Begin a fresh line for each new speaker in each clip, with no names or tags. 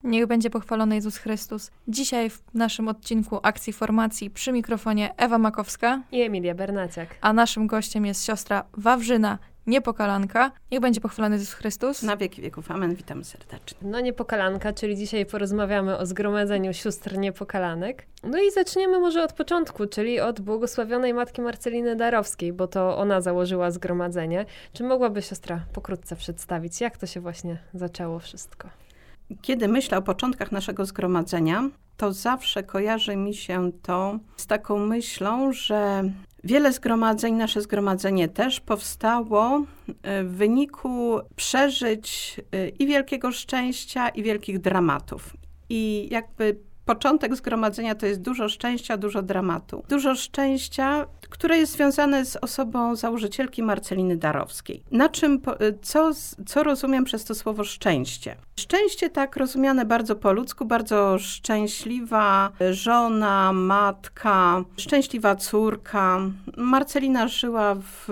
Niech będzie pochwalony Jezus Chrystus. Dzisiaj w naszym odcinku Akcji Formacji przy mikrofonie Ewa Makowska
i Emilia Bernaciak.
A naszym gościem jest siostra Wawrzyna Niepokalanka. Niech będzie pochwalony Jezus Chrystus.
Na wieki wieków. Amen. Witam serdecznie.
No Niepokalanka, czyli dzisiaj porozmawiamy o zgromadzeniu sióstr Niepokalanek. No i zaczniemy może od początku, czyli od błogosławionej Matki Marceliny Darowskiej, bo to ona założyła zgromadzenie. Czy mogłaby siostra pokrótce przedstawić, jak to się właśnie zaczęło wszystko?
Kiedy myślę o początkach naszego zgromadzenia, to zawsze kojarzy mi się to z taką myślą, że wiele zgromadzeń, nasze zgromadzenie też powstało w wyniku przeżyć i wielkiego szczęścia, i wielkich dramatów. I jakby początek zgromadzenia to jest dużo szczęścia, dużo dramatu. Dużo szczęścia, które jest związane z osobą założycielki Marceliny Darowskiej. Co rozumiem przez to słowo szczęście? Szczęście tak rozumiane bardzo po ludzku, bardzo szczęśliwa żona, matka, szczęśliwa córka. Marcelina żyła w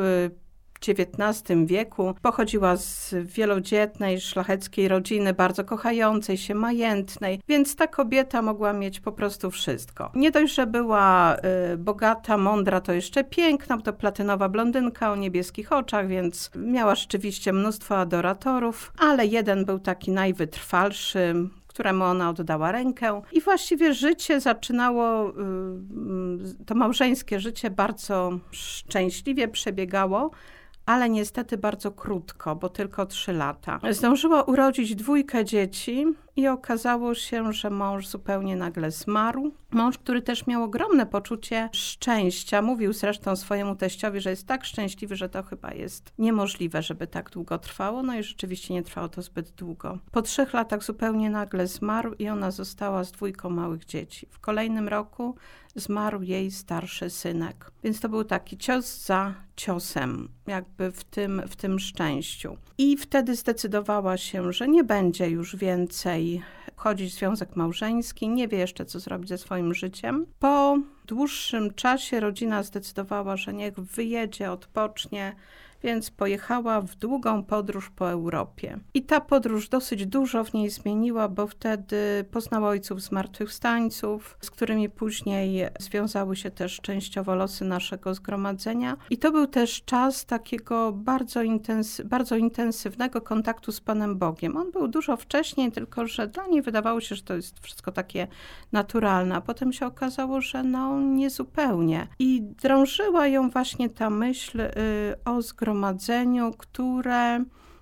XIX wieku. Pochodziła z wielodzietnej, szlacheckiej rodziny, bardzo kochającej się, majętnej, więc ta kobieta mogła mieć po prostu wszystko. Nie dość, że była bogata, mądra, to jeszcze piękna, to platynowa blondynka o niebieskich oczach, więc miała rzeczywiście mnóstwo adoratorów, ale jeden był taki najwytrwalszy, któremu ona oddała rękę. I właściwie życie zaczynało, to małżeńskie życie bardzo szczęśliwie przebiegało, ale niestety bardzo krótko, bo tylko 3 lata. Zdążyła urodzić 2 dzieci i okazało się, że mąż zupełnie nagle zmarł. Mąż, który też miał ogromne poczucie szczęścia. Mówił zresztą swojemu teściowi, że jest tak szczęśliwy, że to chyba jest niemożliwe, żeby tak długo trwało. No i rzeczywiście nie trwało to zbyt długo. Po 3 latach zupełnie nagle zmarł i ona została z 2 małych dzieci. W kolejnym roku zmarł jej starszy synek. Więc to był taki cios za ciosem, jakby w tym szczęściu. I wtedy zdecydowała się, że nie będzie już więcej wchodzić w związek małżeński, nie wie jeszcze, co zrobić ze swoim życiem. Po dłuższym czasie rodzina zdecydowała, że niech wyjedzie, odpocznie, więc pojechała w długą podróż po Europie. I ta podróż dosyć dużo w niej zmieniła, bo wtedy poznała ojców zmartwychwstańców, z którymi później związały się też częściowo losy naszego zgromadzenia. I to był też czas takiego bardzo intensywnego kontaktu z Panem Bogiem. On był dużo wcześniej, tylko że dla niej wydawało się, że to jest wszystko takie naturalne, a potem się okazało, że niezupełnie. I drążyła ją właśnie ta myśl o zgromadzeniu, które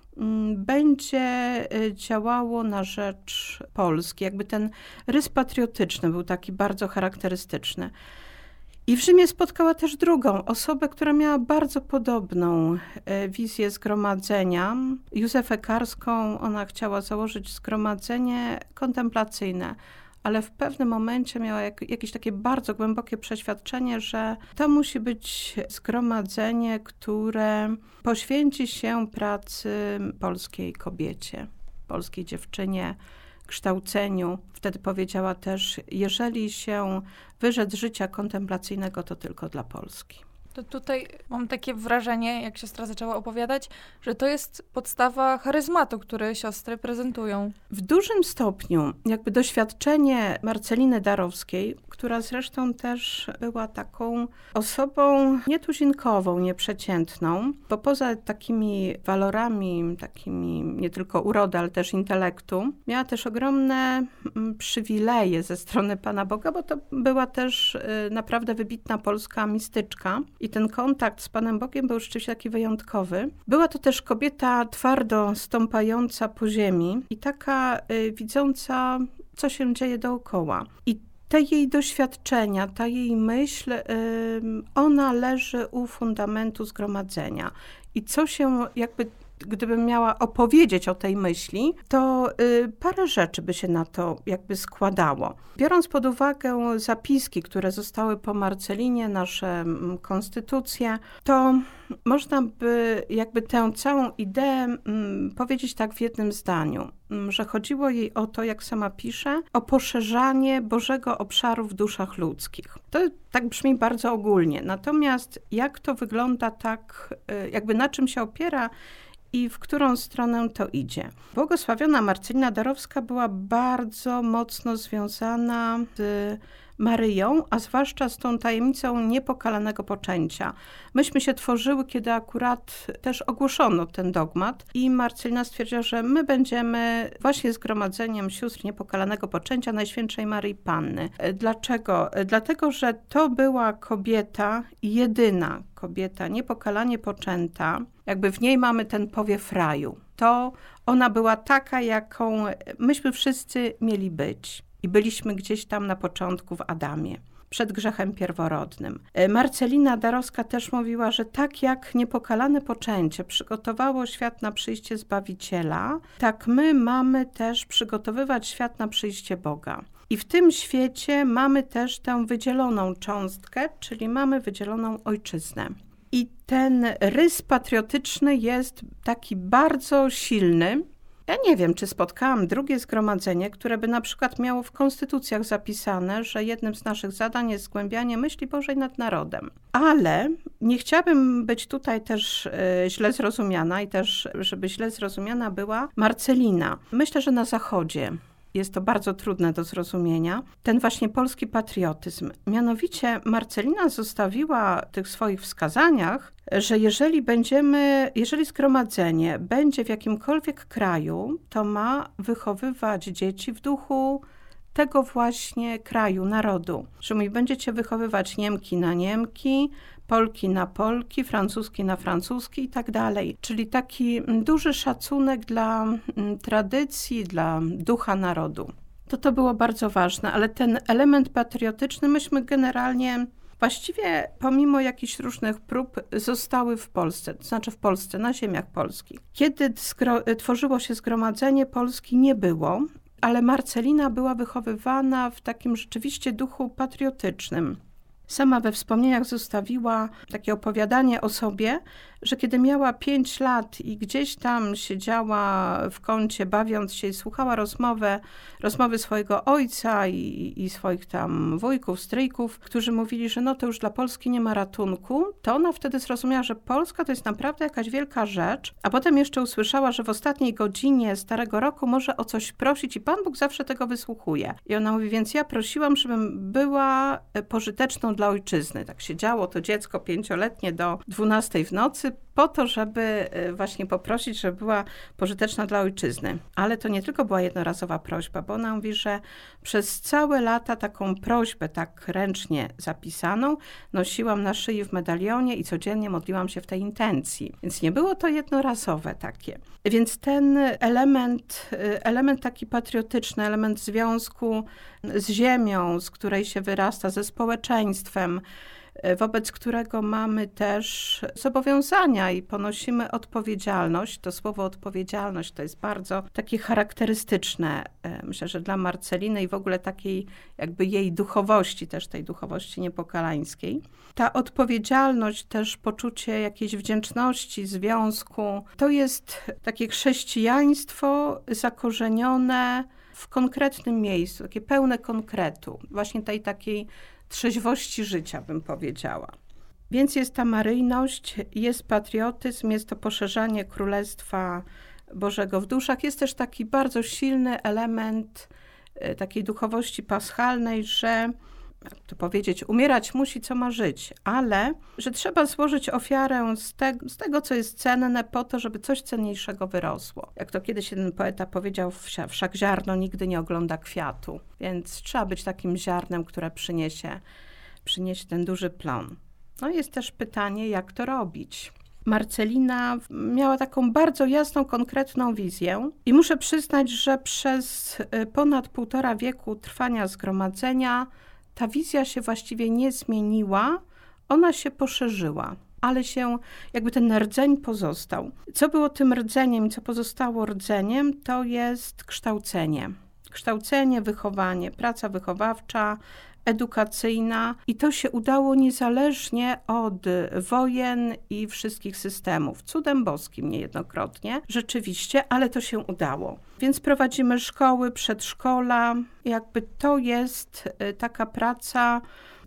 będzie działało na rzecz Polski. Jakby ten rys patriotyczny był taki bardzo charakterystyczny. I w Rzymie spotkała też drugą osobę, która miała bardzo podobną wizję zgromadzenia. Józefę Karską. Ona chciała założyć zgromadzenie kontemplacyjne, ale w pewnym momencie miała jakieś takie bardzo głębokie przeświadczenie, że to musi być zgromadzenie, które poświęci się pracy polskiej kobiecie, polskiej dziewczynie, kształceniu. Wtedy powiedziała też, jeżeli się wyrzec życia kontemplacyjnego, to tylko dla Polski.
To tutaj mam takie wrażenie, jak siostra zaczęła opowiadać, że to jest podstawa charyzmatu, który siostry prezentują.
W dużym stopniu jakby doświadczenie Marceliny Darowskiej, która zresztą też była taką osobą nietuzinkową, nieprzeciętną, bo poza takimi walorami, takimi nie tylko urody, ale też intelektu, miała też ogromne przywileje ze strony Pana Boga, bo to była też naprawdę wybitna polska mistyczka. I ten kontakt z Panem Bogiem był rzeczywiście taki wyjątkowy. Była to też kobieta twardo stąpająca po ziemi i taka widząca, co się dzieje dookoła. I te jej doświadczenia, ta jej myśl, ona leży u fundamentu zgromadzenia. I co się jakby, gdybym miała opowiedzieć o tej myśli, to parę rzeczy by się na to jakby składało. Biorąc pod uwagę zapiski, które zostały po Marcelinie, nasze konstytucje, to można by jakby tę całą ideę powiedzieć tak w jednym zdaniu, że chodziło jej o to, jak sama pisze, o poszerzanie Bożego obszaru w duszach ludzkich. To tak brzmi bardzo ogólnie. Natomiast jak to wygląda tak, jakby na czym się opiera i w którą stronę to idzie. Błogosławiona Marcelina Darowska była bardzo mocno związana z Maryją, a zwłaszcza z tą tajemnicą niepokalanego poczęcia. Myśmy się tworzyły, kiedy akurat też ogłoszono ten dogmat i Marcelina stwierdziła, że my będziemy właśnie zgromadzeniem sióstr niepokalanego poczęcia Najświętszej Maryi Panny. Dlaczego? Dlatego, że to była kobieta, jedyna kobieta niepokalanie poczęta, jakby w niej mamy ten powiew raju. To ona była taka, jaką myśmy wszyscy mieli być. I byliśmy gdzieś tam na początku w Adamie, przed grzechem pierworodnym. Marcelina Darowska też mówiła, że tak jak niepokalane poczęcie przygotowało świat na przyjście Zbawiciela, tak my mamy też przygotowywać świat na przyjście Boga. I w tym świecie mamy też tę wydzieloną cząstkę, czyli mamy wydzieloną ojczyznę. I ten rys patriotyczny jest taki bardzo silny. Ja nie wiem, czy spotkałam drugie zgromadzenie, które by na przykład miało w konstytucjach zapisane, że jednym z naszych zadań jest zgłębianie myśli Bożej nad narodem. Ale nie chciałabym być tutaj też źle zrozumiana i też, żeby źle zrozumiana była Marcelina. Myślę, że na Zachodzie jest to bardzo trudne do zrozumienia, ten właśnie polski patriotyzm. Mianowicie Marcelina zostawiła w tych swoich wskazaniach, że jeżeli zgromadzenie będzie w jakimkolwiek kraju, to ma wychowywać dzieci w duchu tego właśnie kraju, narodu. Że będziecie wychowywać Niemki na Niemki, Polki na Polki, Francuski na Francuski i tak dalej. Czyli taki duży szacunek dla tradycji, dla ducha narodu. To było bardzo ważne, ale ten element patriotyczny myśmy generalnie właściwie pomimo jakichś różnych prób zostały w Polsce, to znaczy w Polsce, na ziemiach polskich. Kiedy tworzyło się zgromadzenie, Polski nie było, ale Marcelina była wychowywana w takim rzeczywiście duchu patriotycznym. Sama we wspomnieniach zostawiła takie opowiadanie o sobie, że kiedy miała 5 lat i gdzieś tam siedziała w kącie, bawiąc się i słuchała rozmowy swojego ojca i swoich tam wujków, stryjków, którzy mówili, że no to już dla Polski nie ma ratunku, to ona wtedy zrozumiała, że Polska to jest naprawdę jakaś wielka rzecz, a potem jeszcze usłyszała, że w ostatniej godzinie Starego Roku może o coś prosić i Pan Bóg zawsze tego wysłuchuje. I ona mówi, więc ja prosiłam, żebym była pożyteczną dla ojczyzny. Tak się działo to dziecko 5-letnie do 12 w nocy, po to, żeby właśnie poprosić, żeby była pożyteczna dla ojczyzny. Ale to nie tylko była jednorazowa prośba, bo ona mówi, że przez całe lata taką prośbę tak ręcznie zapisaną nosiłam na szyi w medalionie i codziennie modliłam się w tej intencji. Więc nie było to jednorazowe takie. Więc ten element taki patriotyczny, element związku z ziemią, z której się wyrasta, ze społeczeństwem, wobec którego mamy też zobowiązania i ponosimy odpowiedzialność. To słowo odpowiedzialność to jest bardzo takie charakterystyczne, myślę, że dla Marceliny i w ogóle takiej jakby jej duchowości, też tej duchowości niepokalańskiej. Ta odpowiedzialność, też poczucie jakiejś wdzięczności, związku, to jest takie chrześcijaństwo zakorzenione w konkretnym miejscu, takie pełne konkretu, właśnie tej takiej trzeźwości życia, bym powiedziała. Więc jest ta maryjność, jest patriotyzm, jest to poszerzanie Królestwa Bożego w duszach. Jest też taki bardzo silny element takiej duchowości paschalnej, że, jak to powiedzieć, umierać musi, co ma żyć, ale że trzeba złożyć ofiarę z tego, co jest cenne, po to, żeby coś cenniejszego wyrosło. Jak to kiedyś jeden poeta powiedział, wszak ziarno nigdy nie ogląda kwiatu, więc trzeba być takim ziarnem, które przyniesie ten duży plon. No jest też pytanie, jak to robić. Marcelina miała taką bardzo jasną, konkretną wizję i muszę przyznać, że przez ponad 1,5 wieku trwania zgromadzenia ta wizja się właściwie nie zmieniła, ona się poszerzyła, ale się jakby ten rdzeń pozostał. Co było tym rdzeniem i co pozostało rdzeniem, to jest kształcenie. Kształcenie, wychowanie, praca wychowawcza, edukacyjna i to się udało niezależnie od wojen i wszystkich systemów. Cudem boskim niejednokrotnie, rzeczywiście, ale to się udało. Więc prowadzimy szkoły, przedszkola. Jakby to jest taka praca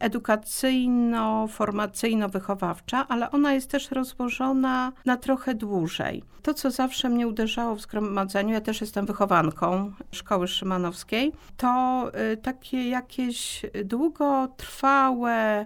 edukacyjno-formacyjno-wychowawcza, ale ona jest też rozłożona na trochę dłużej. To, co zawsze mnie uderzało w zgromadzeniu, ja też jestem wychowanką szkoły szymanowskiej, to takie jakieś długotrwałe,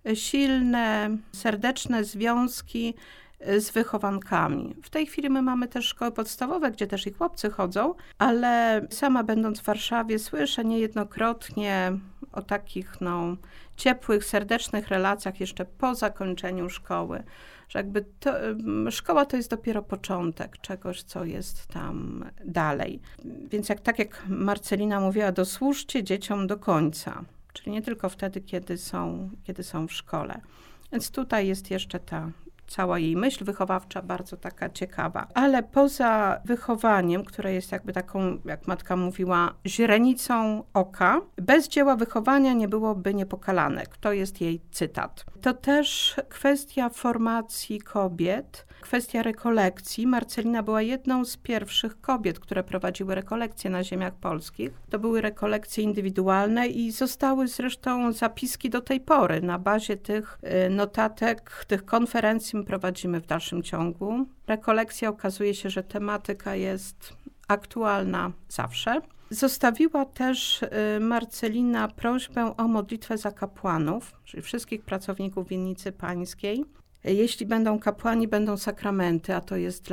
silne, serdeczne związki z wychowankami. W tej chwili my mamy też szkoły podstawowe, gdzie też i chłopcy chodzą, ale sama będąc w Warszawie słyszę niejednokrotnie o takich ciepłych, serdecznych relacjach jeszcze po zakończeniu szkoły, że jakby szkoła to jest dopiero początek czegoś, co jest tam dalej. Więc tak jak Marcelina mówiła, dosłużcie dzieciom do końca, czyli nie tylko wtedy, kiedy są w szkole. Więc tutaj jest jeszcze ta cała jej myśl wychowawcza bardzo taka ciekawa. Ale poza wychowaniem, które jest jakby taką, jak matka mówiła, źrenicą oka, bez dzieła wychowania nie byłoby niepokalanek. To jest jej cytat. To też kwestia formacji kobiet, kwestia rekolekcji. Marcelina była jedną z pierwszych kobiet, które prowadziły rekolekcje na ziemiach polskich. To były rekolekcje indywidualne i zostały zresztą zapiski do tej pory. Na bazie tych notatek, tych konferencji my prowadzimy w dalszym ciągu. Rekolekcja, okazuje się, że tematyka jest aktualna zawsze. Zostawiła też Marcelina prośbę o modlitwę za kapłanów, czyli wszystkich pracowników winnicy pańskiej. Jeśli będą kapłani, będą sakramenty, a to jest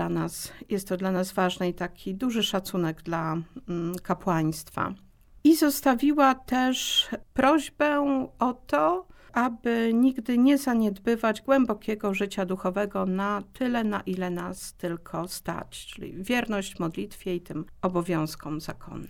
to dla nas ważne i taki duży szacunek dla kapłaństwa. I zostawiła też prośbę o to, aby nigdy nie zaniedbywać głębokiego życia duchowego na tyle, na ile nas tylko stać, czyli wierność modlitwie i tym obowiązkom zakonnym.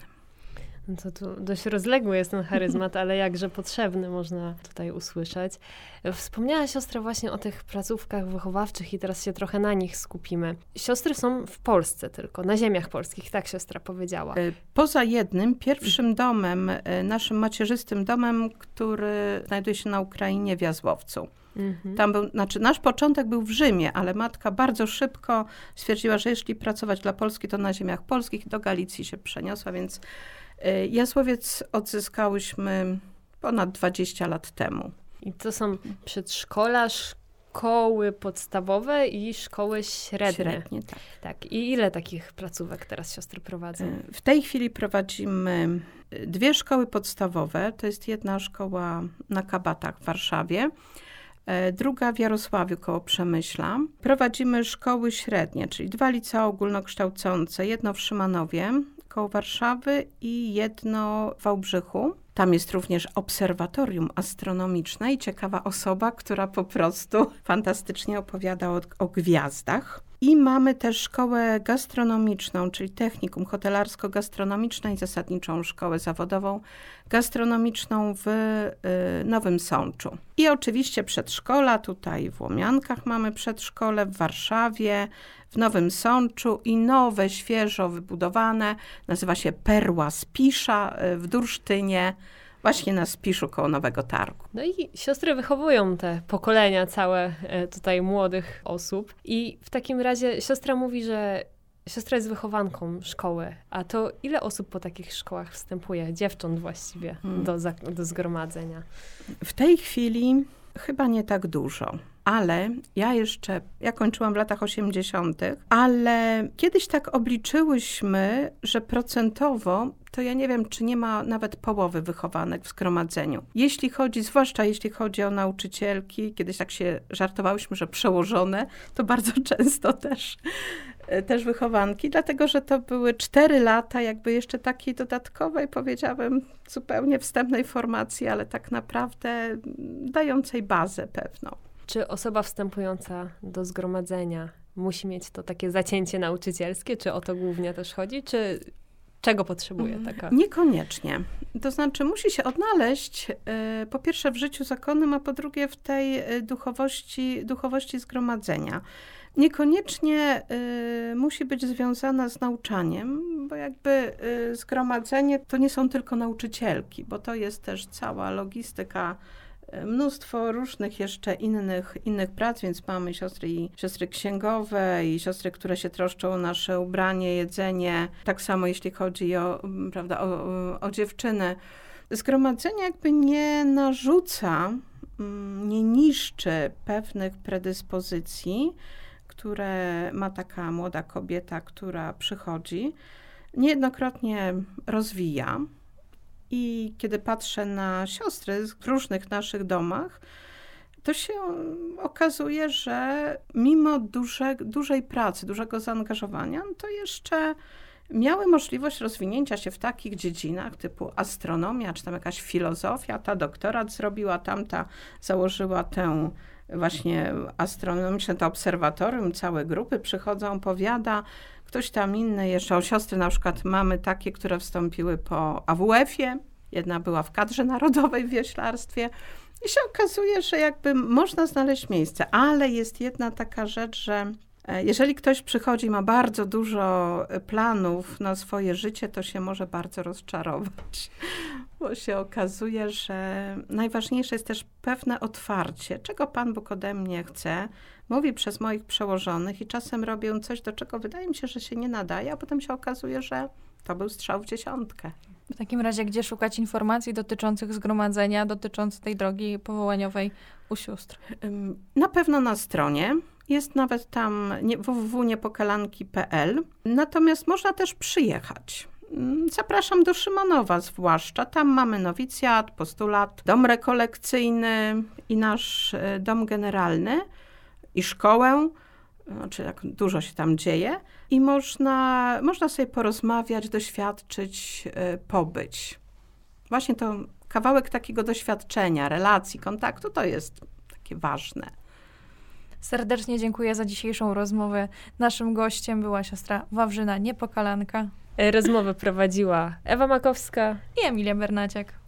No to tu dość rozległy jest ten charyzmat, ale jakże potrzebny, można tutaj usłyszeć. Wspomniała siostra właśnie o tych placówkach wychowawczych i teraz się trochę na nich skupimy. Siostry są w Polsce tylko, na ziemiach polskich, tak siostra powiedziała.
Poza jednym, pierwszym domem, naszym macierzystym domem, który znajduje się na Ukrainie, w Jazłowcu. Tam nasz początek był w Rzymie, ale matka bardzo szybko stwierdziła, że jeśli pracować dla Polski, to na ziemiach polskich, do Galicji się przeniosła, więc Jazłowiec odzyskałyśmy ponad 20 lat temu.
I to są przedszkola, szkoły podstawowe i szkoły średnie.
Średnie, tak.
Tak. I ile takich placówek teraz siostry prowadzą?
W tej chwili prowadzimy 2 szkoły podstawowe. To jest jedna szkoła na Kabatach w Warszawie, druga w Jarosławiu koło Przemyśla. Prowadzimy szkoły średnie, czyli 2 licea ogólnokształcące, jedno w Szymanowie koło Warszawy i jedno w Wałbrzychu. Tam jest również obserwatorium astronomiczne i ciekawa osoba, która po prostu fantastycznie opowiada o gwiazdach. I mamy też szkołę gastronomiczną, czyli technikum hotelarsko-gastronomiczne i zasadniczą szkołę zawodową gastronomiczną w Nowym Sączu. I oczywiście przedszkola, tutaj w Łomiankach mamy przedszkole, w Warszawie, w Nowym Sączu i nowe, świeżo wybudowane, nazywa się Perła Spisza w Dursztynie, właśnie na Spiszu koło Nowego Targu.
No i siostry wychowują te pokolenia całe tutaj młodych osób. I w takim razie siostra mówi, że siostra jest wychowanką szkoły. A to ile osób po takich szkołach wstępuje? Dziewcząt właściwie do zgromadzenia?
W tej chwili chyba nie tak dużo. Ale ja kończyłam w latach 80., ale kiedyś tak obliczyłyśmy, że procentowo, to ja nie wiem, czy nie ma nawet połowy wychowanek w zgromadzeniu. Zwłaszcza jeśli chodzi o nauczycielki, kiedyś tak się żartowałyśmy, że przełożone, to bardzo często też wychowanki, dlatego że to były 4 lata jakby jeszcze takiej dodatkowej, powiedziałabym, zupełnie wstępnej formacji, ale tak naprawdę dającej bazę pewną.
Czy osoba wstępująca do zgromadzenia musi mieć to takie zacięcie nauczycielskie? Czy o to głównie też chodzi? Czy czego potrzebuje taka?
Niekoniecznie. To znaczy musi się odnaleźć po pierwsze w życiu zakonnym, a po drugie w tej duchowości zgromadzenia. Niekoniecznie musi być związana z nauczaniem, bo jakby zgromadzenie to nie są tylko nauczycielki, bo to jest też cała logistyka mnóstwo różnych jeszcze innych prac, więc mamy siostry księgowe i siostry, które się troszczą o nasze ubranie, jedzenie. Tak samo jeśli chodzi o dziewczyny. Zgromadzenie jakby nie narzuca, nie niszczy pewnych predyspozycji, które ma taka młoda kobieta, która przychodzi. Niejednokrotnie rozwija. I kiedy patrzę na siostry w różnych naszych domach, to się okazuje, że mimo dużej pracy, dużego zaangażowania, to jeszcze miały możliwość rozwinięcia się w takich dziedzinach typu astronomia, czy tam jakaś filozofia. Ta doktorat zrobiła, tamta założyła tę właśnie astronomiczne, to obserwatorium, całe grupy przychodzą, opowiada. Ktoś tam inny, jeszcze o siostry na przykład mamy takie, które wstąpiły po AWF-ie. Jedna była w kadrze narodowej w wioślarstwie. I się okazuje, że jakby można znaleźć miejsce, ale jest jedna taka rzecz, że jeżeli ktoś przychodzi i ma bardzo dużo planów na swoje życie, to się może bardzo rozczarować, bo się okazuje, że najważniejsze jest też pewne otwarcie, czego Pan Bóg ode mnie chce. Mówi przez moich przełożonych i czasem robię coś, do czego wydaje mi się, że się nie nadaje, a potem się okazuje, że to był strzał w dziesiątkę.
W takim razie, gdzie szukać informacji dotyczących zgromadzenia, dotyczących tej drogi powołaniowej u sióstr?
Na pewno na stronie. Jest nawet tam www.niepokalanki.pl. Natomiast można też przyjechać. Zapraszam do Szymonowa zwłaszcza. Tam mamy nowicjat, postulat, dom rekolekcyjny i nasz dom generalny i szkołę. Znaczy, tak dużo się tam dzieje. I można sobie porozmawiać, doświadczyć, pobyć. Właśnie to kawałek takiego doświadczenia, relacji, kontaktu, to jest takie ważne.
Serdecznie dziękuję za dzisiejszą rozmowę. Naszym gościem była siostra Wawrzyna Niepokalanka.
Rozmowę prowadziła Ewa Makowska
I Emilia Bernaciak.